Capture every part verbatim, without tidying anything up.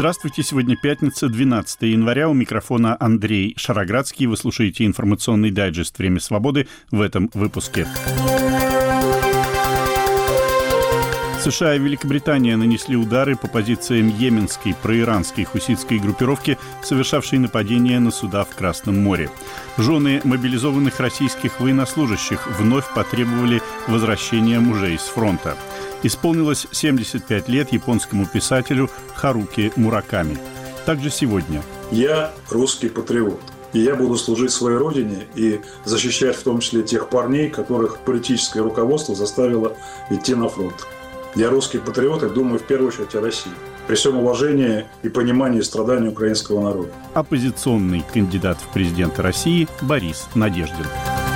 Здравствуйте, сегодня пятница, двенадцатое января, у микрофона Андрей Шароградский. Вы слушаете информационный дайджест «Время свободы» в этом выпуске. США и Великобритания нанесли удары по позициям йеменской проиранской хуситской группировки, совершавшей нападение на суда в Красном море. Жены мобилизованных российских военнослужащих вновь потребовали возвращения мужей с фронта. Исполнилось семьдесят пять лет японскому писателю Харуки Мураками. Также сегодня. Я русский патриот. И я буду служить своей родине и защищать в том числе тех парней, которых политическое руководство заставило идти на фронт. Я русский патриот и думаю в первую очередь о России. При всем уважении и понимании страданий украинского народа. Оппозиционный кандидат в президенты России Борис Надеждин.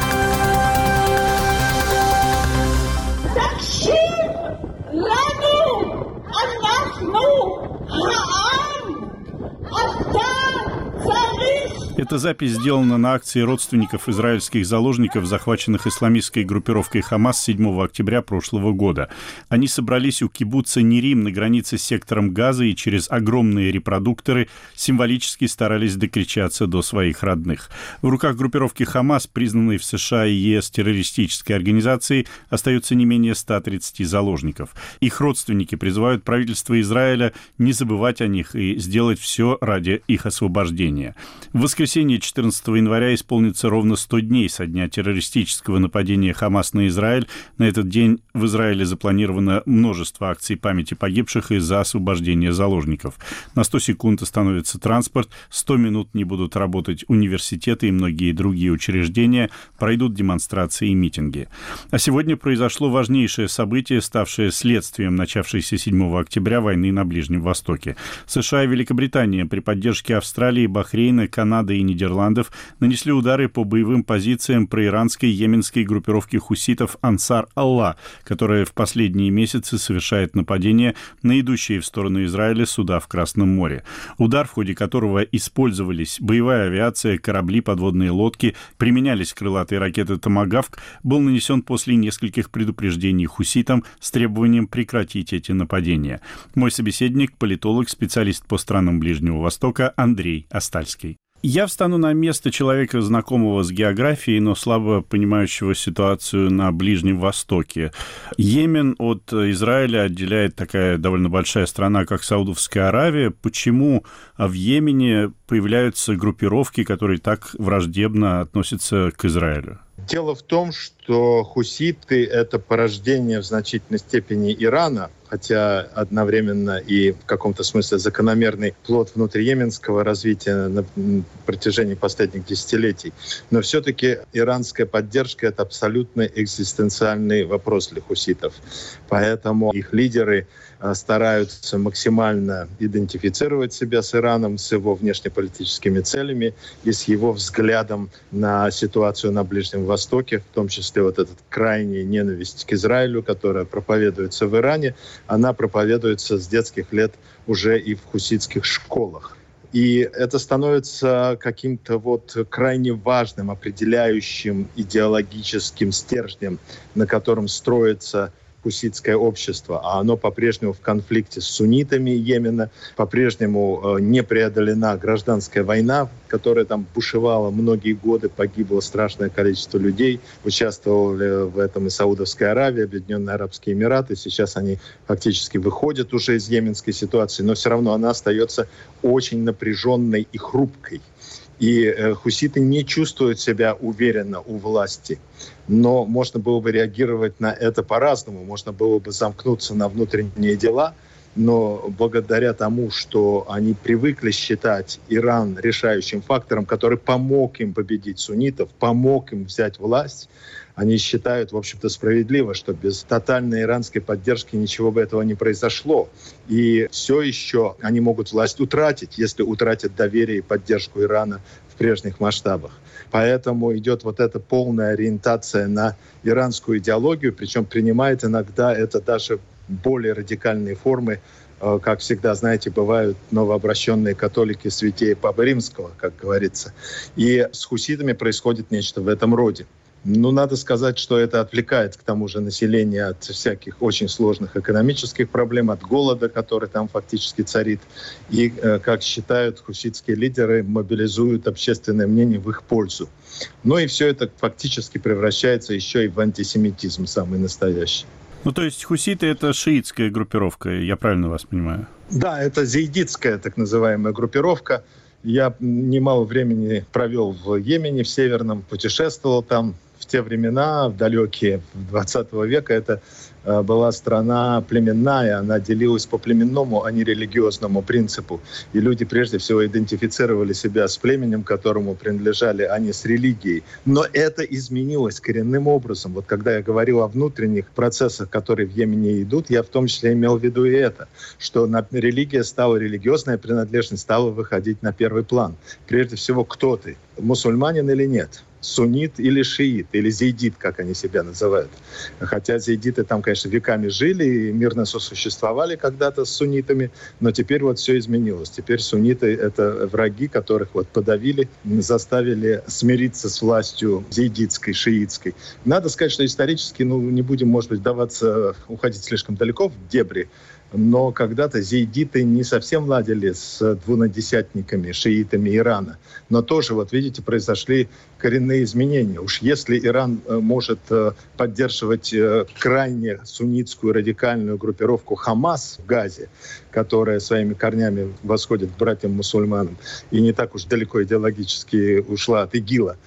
Эта запись сделана на акции родственников израильских заложников, захваченных исламистской группировкой «Хамас» седьмого октября прошлого года. Они собрались у кибуца Нерим на границе с сектором Газа и через огромные репродукторы символически старались докричаться до своих родных. В руках группировки «Хамас», признанной в США и ЕС террористической организацией, остается не менее ста тридцати заложников. Их родственники призывают правительство Израиля не забывать о них и сделать все ради их освобождения. В воскресенье В воскресенье четырнадцатого января исполнится ровно сто дней со дня террористического нападения Хамас на Израиль. На этот день в Израиле запланировано множество акций памяти погибших из-за освобождения заложников. На сто секунд остановится транспорт, сто минут не будут работать университеты и многие другие учреждения, пройдут демонстрации и митинги. А сегодня произошло важнейшее событие, ставшее следствием начавшейся седьмого октября войны на Ближнем Востоке. США и Великобритания при поддержке Австралии, Бахрейна, Канады и Нидерландов нанесли удары по боевым позициям проиранской йеменской группировки хуситов Ансар Аллах, которая в последние месяцы совершает нападения на идущие в сторону Израиля суда в Красном море. Удар, в ходе которого использовались боевая авиация, корабли, подводные лодки, применялись крылатые ракеты «Томагавк», был нанесен после нескольких предупреждений хуситам с требованием прекратить эти нападения. Мой собеседник, политолог, специалист по странам Ближнего Востока Андрей Остальский. Я встану на место человека, знакомого с географией, но слабо понимающего ситуацию на Ближнем Востоке. Йемен от Израиля отделяет такая довольно большая страна, как Саудовская Аравия. Почему в Йемене появляются группировки, которые так враждебно относятся к Израилю? Дело в том, что хуситы — это порождение в значительной степени Ирана, хотя одновременно и в каком-то смысле закономерный плод внутриеменского развития на протяжении последних десятилетий. Но все-таки иранская поддержка — это абсолютно экзистенциальный вопрос для хуситов. Поэтому их лидеры стараются максимально идентифицировать себя с Ираном, с его внешнеполитическими целями и с его взглядом на ситуацию на Ближнем Востоке, в том числе вот эта крайняя ненависть к Израилю, которая проповедуется в Иране, она проповедуется с детских лет уже и в хуситских школах. И это становится каким-то вот крайне важным, определяющим идеологическим стержнем, на котором строится хуситское общество, а оно по-прежнему в конфликте с суннитами Йемена, по-прежнему не преодолена гражданская война, которая там бушевала многие годы, погибло страшное количество людей, участвовали в этом и Саудовская Аравия, Объединенные Арабские Эмираты, сейчас они фактически выходят уже из йеменской ситуации, но все равно она остается очень напряженной и хрупкой. И э, хуситы не чувствуют себя уверенно у власти. Но можно было бы реагировать на это по-разному. Можно было бы замкнуться на внутренние дела. Но благодаря тому, что они привыкли считать Иран решающим фактором, который помог им победить суннитов, помог им взять власть, они считают, в общем-то, справедливо, что без тотальной иранской поддержки ничего бы этого не произошло. И все еще они могут власть утратить, если утратят доверие и поддержку Ирана в прежних масштабах. Поэтому идет вот эта полная ориентация на иранскую идеологию, причем принимает иногда это даже более радикальные формы. Как всегда, знаете, бывают новообращенные католики святее Папы Римского, как говорится. И с хуситами происходит нечто в этом роде. Ну, надо сказать, что это отвлекает к тому же население от всяких очень сложных экономических проблем, от голода, который там фактически царит. И, как считают хуситские лидеры, мобилизуют общественное мнение в их пользу. Но и все это фактически превращается еще и в антисемитизм самый настоящий. Ну, то есть хуситы — это шиитская группировка, я правильно вас понимаю? Да, это зиидитская так называемая группировка. Я немало времени провел в Йемене, в Северном, путешествовал там. В те времена, в далекие двадцатого века, это э, была страна племенная, она делилась по племенному, а не религиозному принципу. И люди прежде всего идентифицировали себя с племенем, которому принадлежали, а не с религией. Но это изменилось коренным образом. Вот когда я говорил о внутренних процессах, которые в Йемене идут, я в том числе имел в виду и это, что на, религия стала, религиозная принадлежность стала выходить на первый план. Прежде всего, кто ты, мусульманин или нет? Суннит или шиит, или зейдит, как они себя называют. Хотя зейдиты там, конечно, веками жили и мирно сосуществовали когда-то с суннитами, но теперь вот все изменилось. Теперь сунниты — это враги, которых вот подавили, заставили смириться с властью зейдитской, шиитской. Надо сказать, что исторически, ну, не будем, может быть, вдаваться, уходить слишком далеко в дебри, но когда-то зейдиты не совсем ладили с двунадесятниками, шиитами Ирана. Но тоже, вот видите, произошли коренные изменения. Уж если Иран может поддерживать крайне суннитскую радикальную группировку Хамас в Газе, которая своими корнями восходит к братьям-мусульманам и не так уж далеко идеологически ушла от ИГИЛа,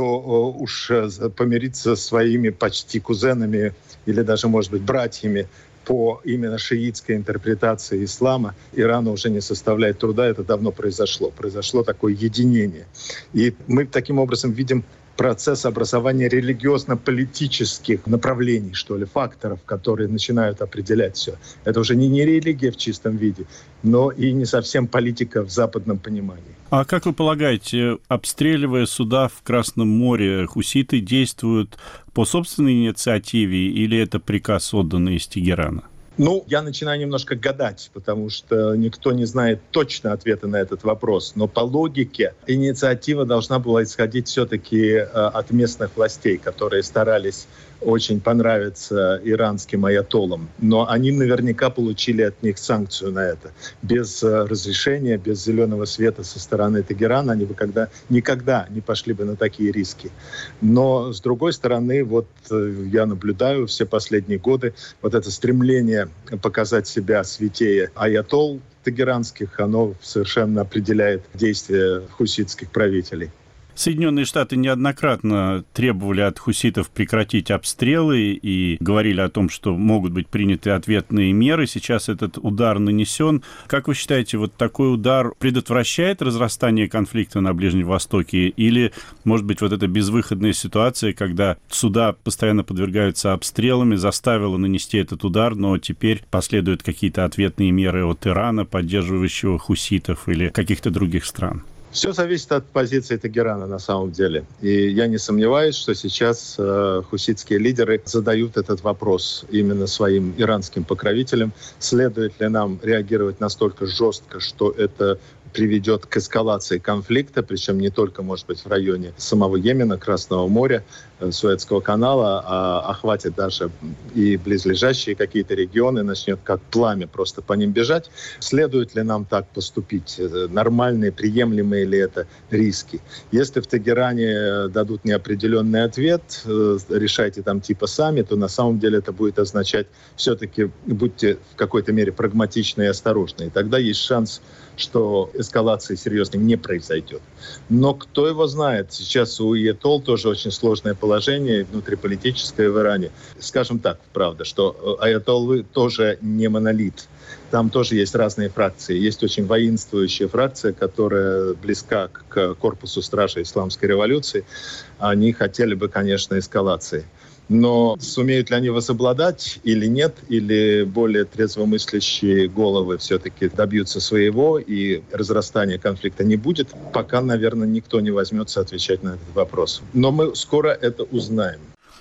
то уж помириться со своими почти кузенами или даже, может быть, братьями по именно шиитской интерпретации ислама Ирану уже не составляет труда, это давно произошло. Произошло такое единение. И мы таким образом видим процесс образования религиозно-политических направлений, что ли, факторов, которые начинают определять все. Это уже не, не религия в чистом виде, но и не совсем политика в западном понимании. А как вы полагаете, обстреливая суда в Красном море, хуситы действуют по собственной инициативе или это приказ, отданный из Тегерана? Ну, я начинаю немножко гадать, потому что никто не знает точно ответа на этот вопрос. Но по логике инициатива должна была исходить все-таки э, от местных властей, которые старались очень понравиться иранским аятоллам. Но они наверняка получили от них санкцию на это. Без э, разрешения, без зеленого света со стороны Тегерана они бы когда, никогда не пошли бы на такие риски. Но, с другой стороны, вот э, я наблюдаю все последние годы вот это стремление показать себя святее аятолл тегеранских, оно совершенно определяет действия хуситских правителей. Соединенные Штаты неоднократно требовали от хуситов прекратить обстрелы и говорили о том, что могут быть приняты ответные меры. Сейчас этот удар нанесен. Как вы считаете, вот такой удар предотвращает разрастание конфликта на Ближнем Востоке? Или, может быть, вот эта безвыходная ситуация, когда суда постоянно подвергаются обстрелами, заставила нанести этот удар, но теперь последуют какие-то ответные меры от Ирана, поддерживающего хуситов, или каких-то других стран? Все зависит от позиции Тегерана на самом деле. И я не сомневаюсь, что сейчас э, хуситские лидеры задают этот вопрос именно своим иранским покровителям. Следует ли нам реагировать настолько жестко, что это приведет к эскалации конфликта, причем не только, может быть, в районе самого Йемена, Красного моря, Суэцкого канала, а охватит даже и близлежащие какие-то регионы, начнет как пламя просто по ним бежать. Следует ли нам так поступить? Нормальные, приемлемые ли это риски? Если в Тегеране дадут неопределенный ответ, решайте там типа сами, то на самом деле это будет означать все-таки будьте в какой-то мере прагматичны и осторожны. И тогда есть шанс, что эскалации серьезной не произойдет. Но кто его знает? Сейчас у аятолл тоже очень сложное положение внутриполитическое в Иране. Скажем так, правда, что аятоллы тоже не монолит. Там тоже есть разные фракции. Есть очень воинствующая фракция, которая близка к корпусу стражей исламской революции. Они хотели бы, конечно, эскалации. Но сумеют ли они возобладать или нет, или более трезвомыслящие головы все-таки добьются своего, и разрастания конфликта не будет, пока, наверное, никто не возьмется отвечать на этот вопрос. Но мы скоро это узнаем.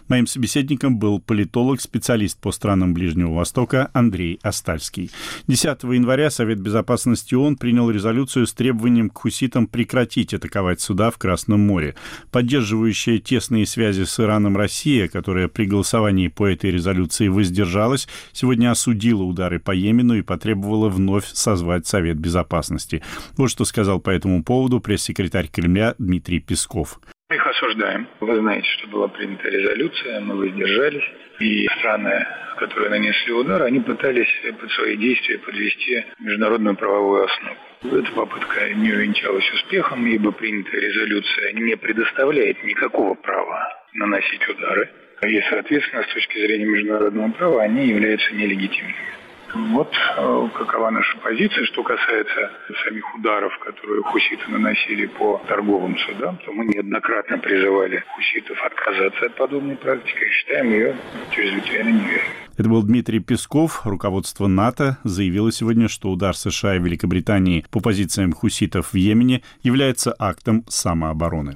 Моим собеседником был политолог, специалист по странам Ближнего Востока Андрей Остальский. десятого января Совет Безопасности ООН принял резолюцию с требованием к хуситам прекратить атаковать суда в Красном море. Поддерживающая тесные связи с Ираном Россия, которая при голосовании по этой резолюции воздержалась, сегодня осудила удары по Йемену и потребовала вновь созвать Совет Безопасности. Вот что сказал по этому поводу пресс-секретарь Кремля Дмитрий Песков. Мы их осуждаем. Вы знаете, что была принята резолюция, мы воздержались. И страны, которые нанесли удар, они пытались под свои действия подвести международную правовую основу. Эта попытка не увенчалась успехом, ибо принятая резолюция не предоставляет никакого права наносить удары. И, соответственно, с точки зрения международного права, они являются нелегитимными. Вот э, какова наша позиция. Что касается самих ударов, которые хуситы наносили по торговым судам, то мы неоднократно призывали хуситов отказаться от подобной практики и считаем ее чрезвычайно неверной. Это был Дмитрий Песков. Руководство НАТО заявило сегодня, что удар США и Великобритании по позициям хуситов в Йемене является актом самообороны.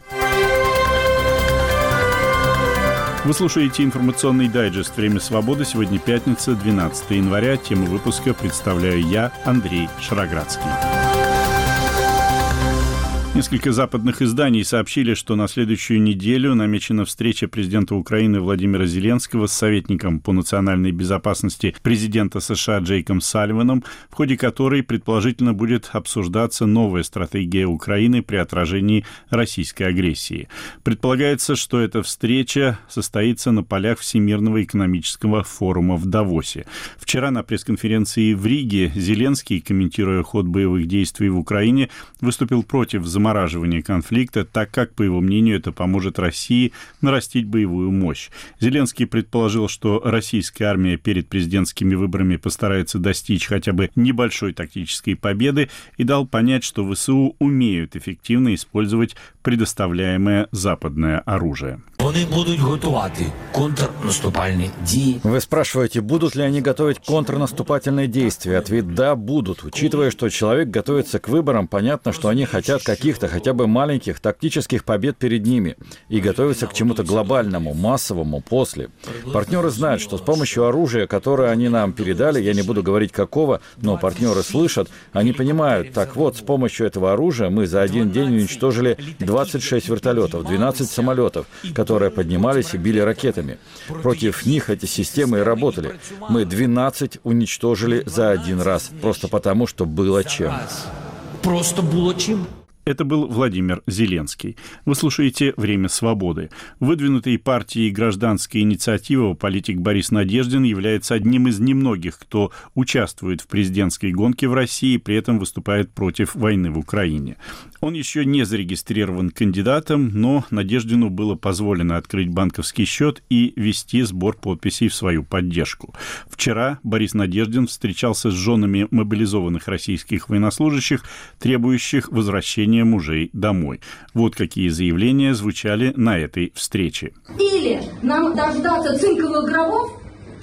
Вы слушаете информационный дайджест «Время свободы». Сегодня пятница, двенадцатого января. Тему выпуска представляю я, Андрей Шароградский. Несколько западных изданий сообщили, что на следующую неделю намечена встреча президента Украины Владимира Зеленского с советником по национальной безопасности президента США Джейком Салливаном, в ходе которой, предположительно, будет обсуждаться новая стратегия Украины при отражении российской агрессии. Предполагается, что эта встреча состоится на полях Всемирного экономического форума в Давосе. Вчера на пресс-конференции в Риге Зеленский, комментируя ход боевых действий в Украине, выступил против замораживания замораживания конфликта, так как, по его мнению, это поможет России нарастить боевую мощь. Зеленский предположил, что российская армия перед президентскими выборами постарается достичь хотя бы небольшой тактической победы и дал понять, что ВСУ умеют эффективно использовать предоставляемое западное оружие. Они будут готовить контрнаступальные действия. Вы спрашиваете, будут ли они готовить контрнаступательные действия? Ответ – да, будут. Учитывая, что человек готовится к выборам, понятно, что они хотят каких-то хотя бы маленьких тактических побед перед ними и готовятся к чему-то глобальному, массовому после. Партнеры знают, что с помощью оружия, которое они нам передали, я не буду говорить какого, но партнеры слышат, они понимают, так вот, с помощью этого оружия мы за один день уничтожили двадцать шесть вертолетов, двенадцать самолетов, которые поднимались и били ракетами. Против них эти системы и работали. Мы двенадцать уничтожили за один раз, просто потому, что было чем. Просто было чем. Это был Владимир Зеленский. Вы слушаете «Время свободы». Выдвинутый партией «Гражданская инициатива» политик Борис Надеждин является одним из немногих, кто участвует в президентской гонке в России и при этом выступает против войны в Украине. Он еще не зарегистрирован кандидатом, но Надеждину было позволено открыть банковский счет и вести сбор подписей в свою поддержку. Вчера Борис Надеждин встречался с женами мобилизованных российских военнослужащих, требующих возвращения мужей домой. Вот какие заявления звучали на этой встрече. Или нам дождаться цинковых гробов,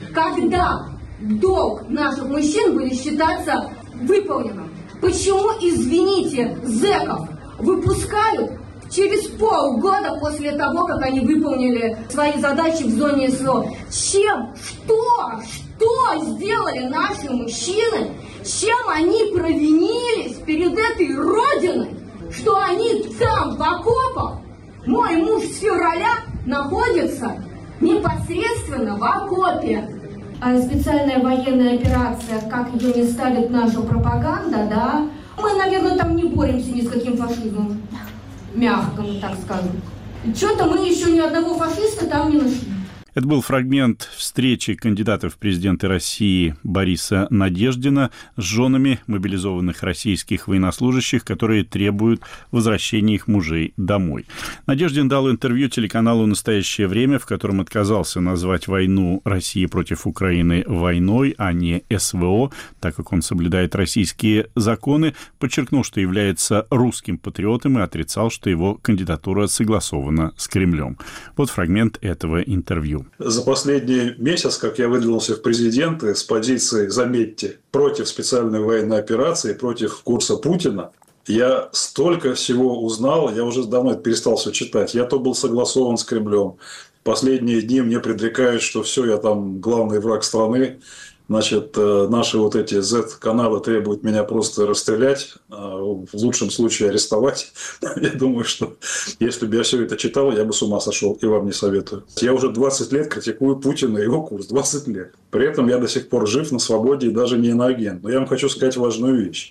когда долг наших мужчин будет считаться выполненным. Почему, извините, зэков выпускают через полгода после того, как они выполнили свои задачи в зоне СВО? Чем? Что? Что сделали наши мужчины? Чем они провинились перед этой родиной? Что они там, в окопах? Мой муж с февраля находится непосредственно в окопе. А специальная военная операция, как ее не ставит наша пропаганда, да? Мы, наверное, там не боремся ни с каким фашизмом. Мягко, так скажем. Что-то мы еще ни одного фашиста там не нашли. Это был фрагмент встречи кандидата в президенты России Бориса Надеждина с женами мобилизованных российских военнослужащих, которые требуют возвращения их мужей домой. Надеждин дал интервью телеканалу «Настоящее время», в котором отказался назвать войну России против Украины войной, а не СВО, так как он соблюдает российские законы, подчеркнул, что является русским патриотом и отрицал, что его кандидатура согласована с Кремлем. Вот фрагмент этого интервью. За последний месяц, как я выдвинулся в президенты с позиции, заметьте, против специальной военной операции, против курса Путина, Я столько всего узнал, я уже давно перестал все читать. Я то был согласован с Кремлем. Последние дни мне предрекают, что все, я там главный враг страны. Значит, наши вот эти зет-каналы требуют меня просто расстрелять, в лучшем случае арестовать. Я думаю, что если бы я все это читал, я бы с ума сошел, и вам не советую. Я уже двадцать лет критикую Путина и его курс, двадцать лет. При этом я до сих пор жив, на свободе и даже не иноагент. Но я вам хочу сказать важную вещь.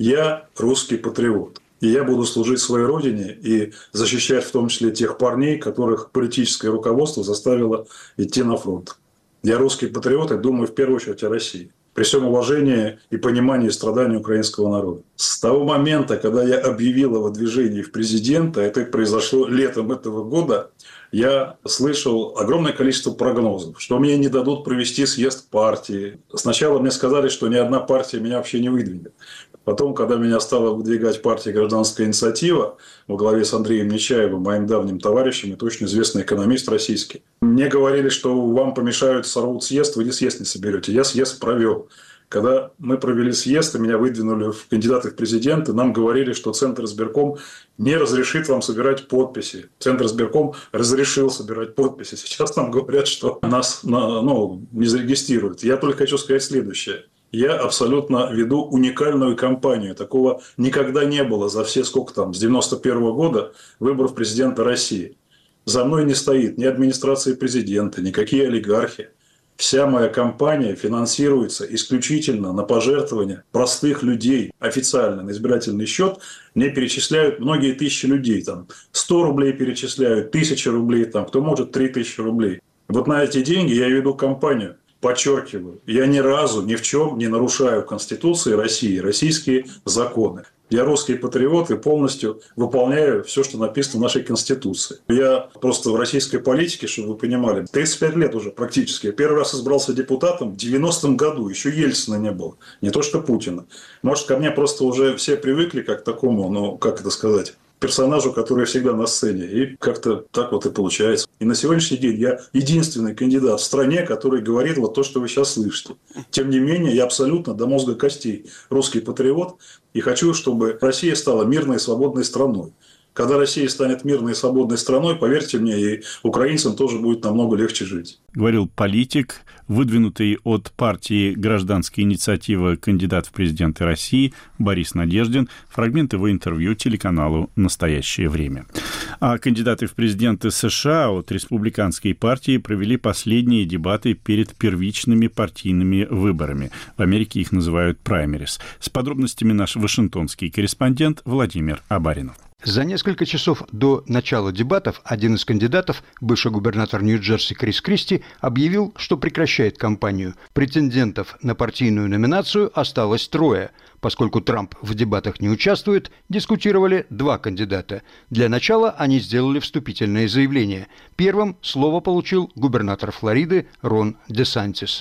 Я русский патриот. И я буду служить своей родине и защищать в том числе тех парней, которых политическое руководство заставило идти на фронт. Я русский патриот и думаю в первую очередь о России. При всем уважении и понимании страданий украинского народа. С того момента, когда я объявил о выдвижении в президента, это произошло летом этого года, я слышал огромное количество прогнозов, что мне не дадут провести съезд партии. Сначала мне сказали, что ни одна партия меня вообще не выдвинет. Потом, когда меня стала выдвигать партия «Гражданская инициатива» во главе с Андреем Нечаевым, моим давним товарищем, это очень известный экономист российский, мне говорили, что вам помешают, сорвут съезд, вы не съезд не соберете. Я съезд провел. Когда мы провели съезд, и меня выдвинули в кандидаты в президенты, нам говорили, что Центр избирком не разрешит вам собирать подписи. Центр избирком разрешил собирать подписи. Сейчас нам говорят, что нас ну, не зарегистрируют. Я только хочу сказать следующее. Я абсолютно веду уникальную кампанию. Такого никогда не было за все, сколько там, с девяносто первого года выборов президента России. За мной не стоит ни администрация президента, никакие олигархи. Вся моя кампания финансируется исключительно на пожертвования простых людей. Официально на избирательный счет мне перечисляют многие тысячи людей. Там сто рублей перечисляют, тысяча рублей, там, кто может три тысячи рублей. Вот на эти деньги я веду кампанию. Подчеркиваю, я ни разу ни в чем не нарушаю Конституции России, российские законы. Я русский патриот и полностью выполняю все, что написано в нашей Конституции. Я просто в российской политике, чтобы вы понимали, тридцать пять лет уже практически. Я первый раз избрался депутатом в девяностом году, еще Ельцина не было, не то что Путина. Может, ко мне просто уже все привыкли как к такому, ну, как это сказать, персонажу, который всегда на сцене. И как-то так вот и получается. И на сегодняшний день я единственный кандидат в стране, который говорит вот то, что вы сейчас слышите. Тем не менее, я абсолютно до мозга костей русский патриот. И хочу, чтобы Россия стала мирной и свободной страной. Когда Россия станет мирной и свободной страной, поверьте мне, и украинцам тоже будет намного легче жить. Говорил политик, выдвинутый от партии «Гражданская инициатива» кандидат в президенты России Борис Надеждин. Фрагмент его интервью телеканалу «Настоящее время». А кандидаты в президенты США от республиканской партии провели последние дебаты перед первичными партийными выборами. В Америке их называют праймерис. С подробностями наш вашингтонский корреспондент Владимир Абаринов. За несколько часов до начала дебатов один из кандидатов, бывший губернатор Нью-Джерси Крис Кристи, объявил, что прекращает кампанию. Претендентов на партийную номинацию осталось трое. Поскольку Трамп в дебатах не участвует, дискутировали два кандидата. Для начала они сделали вступительное заявление. Первым слово получил губернатор Флориды Рон Десантис.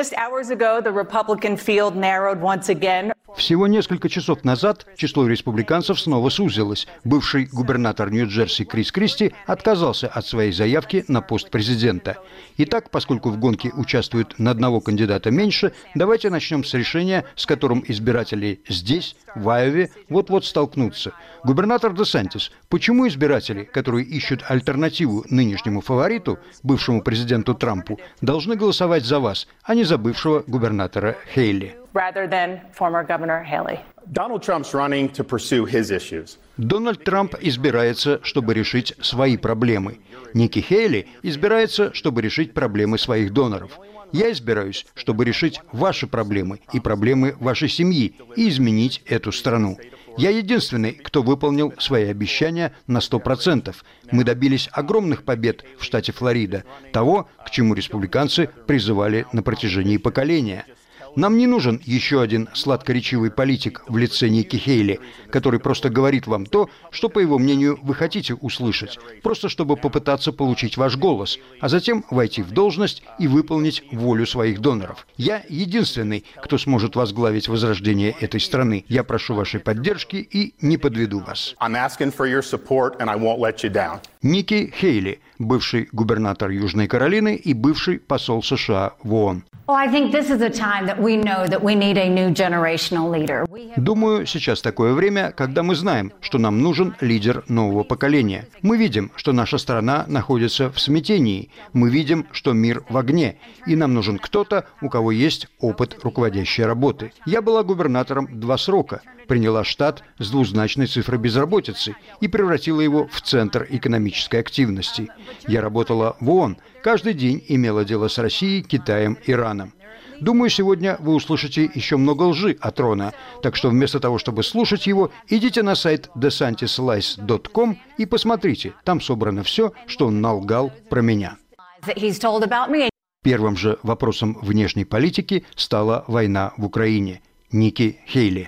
Всего несколько часов назад число республиканцев снова сузилось. Бывший губернатор Нью-Джерси Крис Кристи отказался от своей заявки на пост президента. Итак, поскольку в гонке участвует на одного кандидата меньше, давайте начнем с решения, с которым избиратели здесь, в Айове, вот-вот столкнутся. Губернатор Десантис, почему избиратели, которые ищут альтернативу нынешнему фавориту, бывшему президенту Трампу, должны голосовать за вас, а не за бывшего губернатора Хейли? Дональд Трамп избирается, чтобы решить свои проблемы. Ники Хейли избирается, чтобы решить проблемы своих доноров. Я избираюсь, чтобы решить ваши проблемы и проблемы вашей семьи и изменить эту страну. Я единственный, кто выполнил свои обещания на сто процентов. Мы добились огромных побед в штате Флорида, того, к чему республиканцы призывали на протяжении поколения. Нам не нужен еще один сладкоречивый политик в лице Ники Хейли, который просто говорит вам то, что, по его мнению, вы хотите услышать, просто чтобы попытаться получить ваш голос, а затем войти в должность и выполнить волю своих доноров. Я единственный, кто сможет возглавить возрождение этой страны. Я прошу вашей поддержки и не подведу вас. Ники Хейли, бывший губернатор Южной Каролины и бывший посол США в ООН. Думаю, сейчас такое время, когда мы знаем, что нам нужен лидер нового поколения. Мы видим, что наша страна находится в смятении. Мы видим, что мир в огне. И нам нужен кто-то, у кого есть опыт руководящей работы. Я была губернатором два срока, приняла штат с двузначной цифрой безработицы и превратила его в центр экономической активности. Я работала в ООН, каждый день имела дело с Россией, Китаем, Ираном. Думаю, сегодня вы услышите еще много лжи от Рона, так что вместо того, чтобы слушать его, идите на сайт десантис лайс точка ком и посмотрите, там собрано все, что он налгал про меня. Первым же вопросом внешней политики стала война в Украине. Ники Хейли.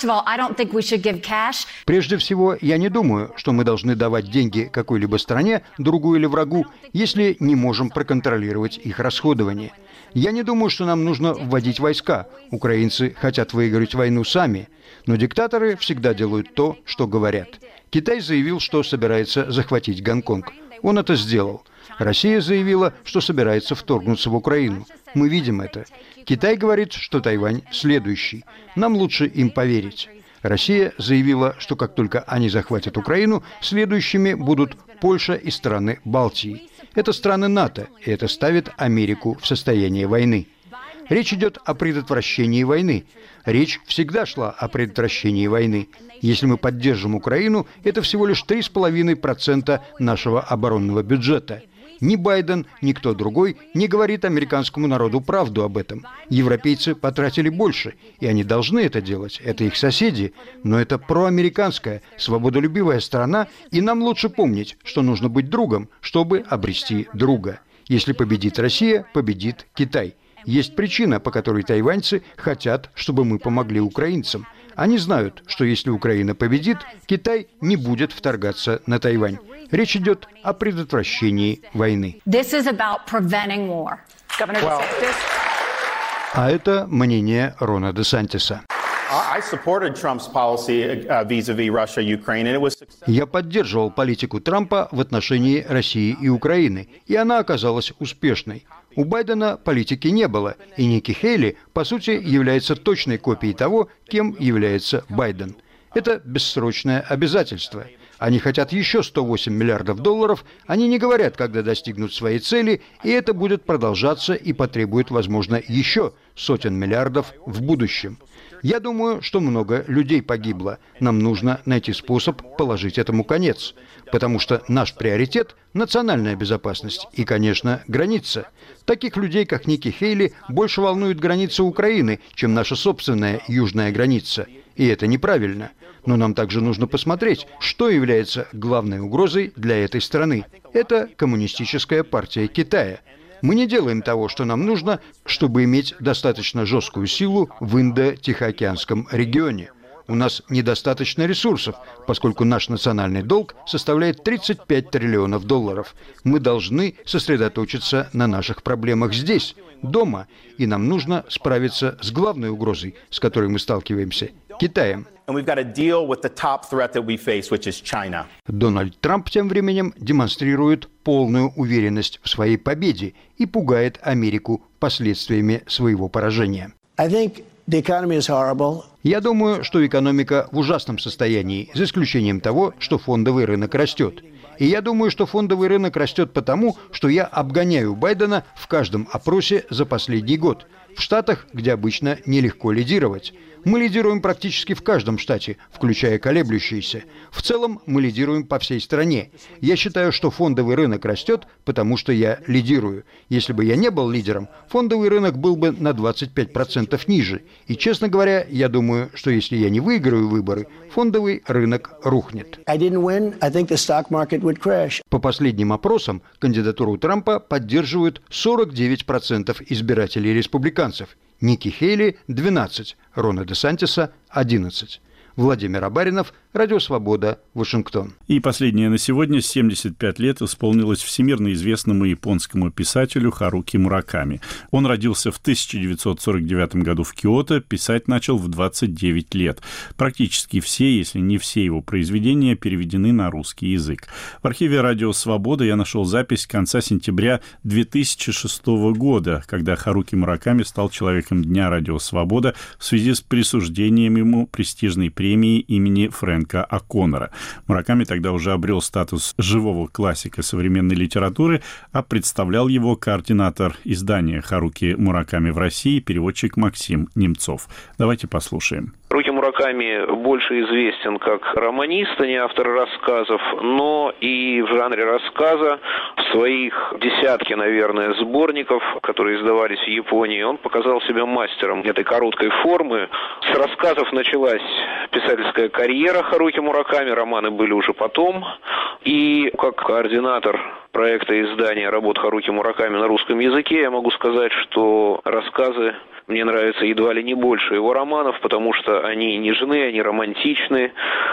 Прежде всего, я не думаю, что мы должны давать деньги какой-либо стране, другу или врагу, если не можем проконтролировать их расходование. Я не думаю, что нам нужно вводить войска. Украинцы хотят выиграть войну сами. Но диктаторы всегда делают то, что говорят. Китай заявил, что собирается захватить Гонконг. Он это сделал. Россия заявила, что собирается вторгнуться в Украину. Мы видим это. Китай говорит, что Тайвань следующий. Нам лучше им поверить. Россия заявила, что как только они захватят Украину, следующими будут Польша и страны Балтии. Это страны НАТО, и это ставит Америку в состояние войны. Речь идет о предотвращении войны. Речь всегда шла о предотвращении войны. Если мы поддержим Украину, это всего лишь три с половиной процента нашего оборонного бюджета. Ни Байден, ни кто другой не говорит американскому народу правду об этом. Европейцы потратили больше, и они должны это делать. Это их соседи. Но это проамериканская, свободолюбивая страна, и нам лучше помнить, что нужно быть другом, чтобы обрести друга. Если победит Россия, победит Китай. Есть причина, по которой тайваньцы хотят, чтобы мы помогли украинцам. Они знают, что если Украина победит, Китай не будет вторгаться на Тайвань. Речь идет о предотвращении войны. А это мнение Рона Десантиса. Я поддерживал политику Трампа в отношении России и Украины, и она оказалась успешной. У Байдена политики не было, и Ники Хейли, по сути, является точной копией того, кем является Байден. Это бессрочное обязательство. Они хотят еще сто восемь миллиардов долларов, они не говорят, когда достигнут своей цели, и это будет продолжаться и потребует, возможно, еще сотен миллиардов в будущем. Я думаю, что много людей погибло. Нам нужно найти способ положить этому конец. Потому что наш приоритет – национальная безопасность и, конечно, граница. Таких людей, как Ники Хейли, больше волнует граница Украины, чем наша собственная южная граница. И это неправильно. Но нам также нужно посмотреть, что является главной угрозой для этой страны. Это Коммунистическая партия Китая. Мы не делаем того, что нам нужно, чтобы иметь достаточно жесткую силу в Индо-Тихоокеанском регионе. У нас недостаточно ресурсов, поскольку наш национальный долг составляет тридцать пять триллионов долларов. Мы должны сосредоточиться на наших проблемах здесь, дома, и нам нужно справиться с главной угрозой, с которой мы сталкиваемся – Китаем. Дональд Трамп тем временем демонстрирует полную уверенность в своей победе и пугает Америку последствиями своего поражения. Я думаю, что экономика в ужасном состоянии, за исключением того, что фондовый рынок растет. И я думаю, что фондовый рынок растет потому, что я обгоняю Байдена в каждом опросе за последний год. В штатах, где обычно нелегко лидировать. Мы лидируем практически в каждом штате, включая колеблющиеся. В целом мы лидируем по всей стране. Я считаю, что фондовый рынок растет, потому что я лидирую. Если бы я не был лидером, фондовый рынок был бы на двадцать пять процентов ниже. И, честно говоря, я думаю, что если я не выиграю выборы, фондовый рынок рухнет. По последним опросам, кандидатуру Трампа поддерживают сорок девять процентов избирателей республиканцев. Ники Хейли – двенадцать, Рона Десантиса – одиннадцать. Владимир Абаринов, Радио «Свобода», Вашингтон. И последнее на сегодня. семьдесят пять лет исполнилось всемирно известному японскому писателю Харуки Мураками. Он родился в тысяча девятьсот сорок девятом году в Киото, писать начал в двадцать девять лет. Практически все, если не все его произведения, переведены на русский язык. В архиве «Радио Свобода» я нашел запись конца сентября две тысячи шестого года, когда Харуки Мураками стал человеком Дня «Радио Свобода» в связи с присуждением ему престижной премии имени Фрэнка О'Коннора. Мураками тогда уже обрел статус живого классика современной литературы, а представлял его координатор издания Харуки Мураками в России, переводчик Максим Немцов. Давайте послушаем. Харуки Мураками больше известен как романист, а не автор рассказов, но и в жанре рассказа в своих десятке, наверное, сборников, которые издавались в Японии, он показал себя мастером этой короткой формы. С рассказов началась писательская карьера Харуки Мураками, романы были уже потом. И как координатор проекта издания работ Харуки Мураками на русском языке я могу сказать, что рассказы мне нравятся едва ли не больше его романов, потому что они нежны, они романтичны,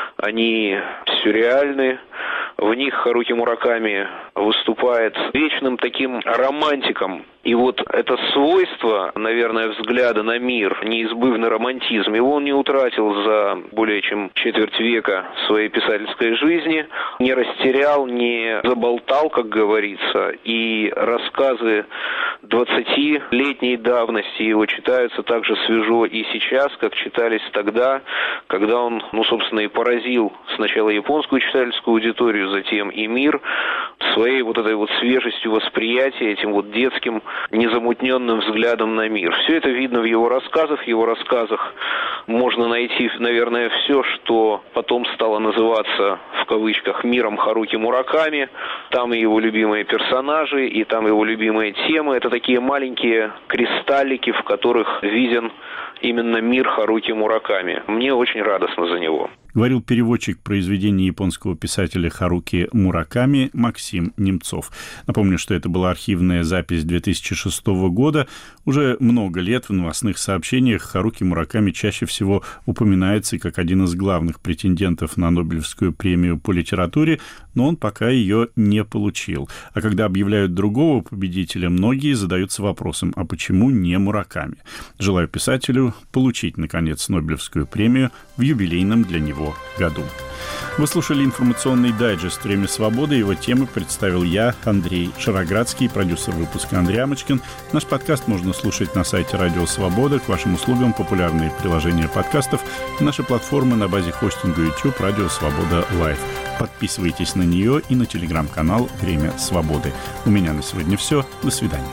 они сюрреальны. В них Харуки Мураками выступает вечным таким романтиком. И вот это свойство, наверное, взгляда на мир, неизбывный романтизм, его он не утратил за более чем четверть века своей писательской жизни, не растерял, не заболтал, как говорится. И рассказы двадцатилетней давности его читаются так же свежо и сейчас, как читались тогда, когда он, ну, собственно, и поразил сначала японскую читательскую аудиторию, затем и мир своей вот этой вот свежестью восприятия, этим вот детским незамутненным взглядом на мир. Все это видно в его рассказах. В его рассказах можно найти, наверное, все, что потом стало называться, в кавычках, миром Харуки Мураками. Там и его любимые персонажи, и там его любимые темы. Это такие маленькие кристаллики, в которых виден именно мир Харуки Мураками. Мне очень радостно за него. Говорил переводчик произведений японского писателя Харуки Мураками Максим Немцов. Напомню, что это была архивная запись две тысячи шестого года. Уже много лет в новостных сообщениях Харуки Мураками чаще всего упоминается как один из главных претендентов на Нобелевскую премию по литературе, но он пока ее не получил. А когда объявляют другого победителя, многие задаются вопросом, а почему не Мураками? Желаю писателю получить, наконец, Нобелевскую премию в юбилейном для него году. Вы слушали информационный дайджест «Время свободы». Его темы представил я, Андрей Шароградский, продюсер выпуска Андрей Амочкин. Наш подкаст можно слушать на сайте «Радио Свобода». К вашим услугам популярные приложения подкастов и наша платформа на базе хостинга YouTube «Радио Свобода Лайв». Подписывайтесь на нее и на телеграм-канал «Время свободы». У меня на сегодня все. До свидания.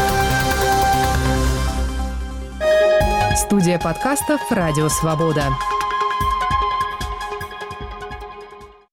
Студия подкастов «Радио Свобода».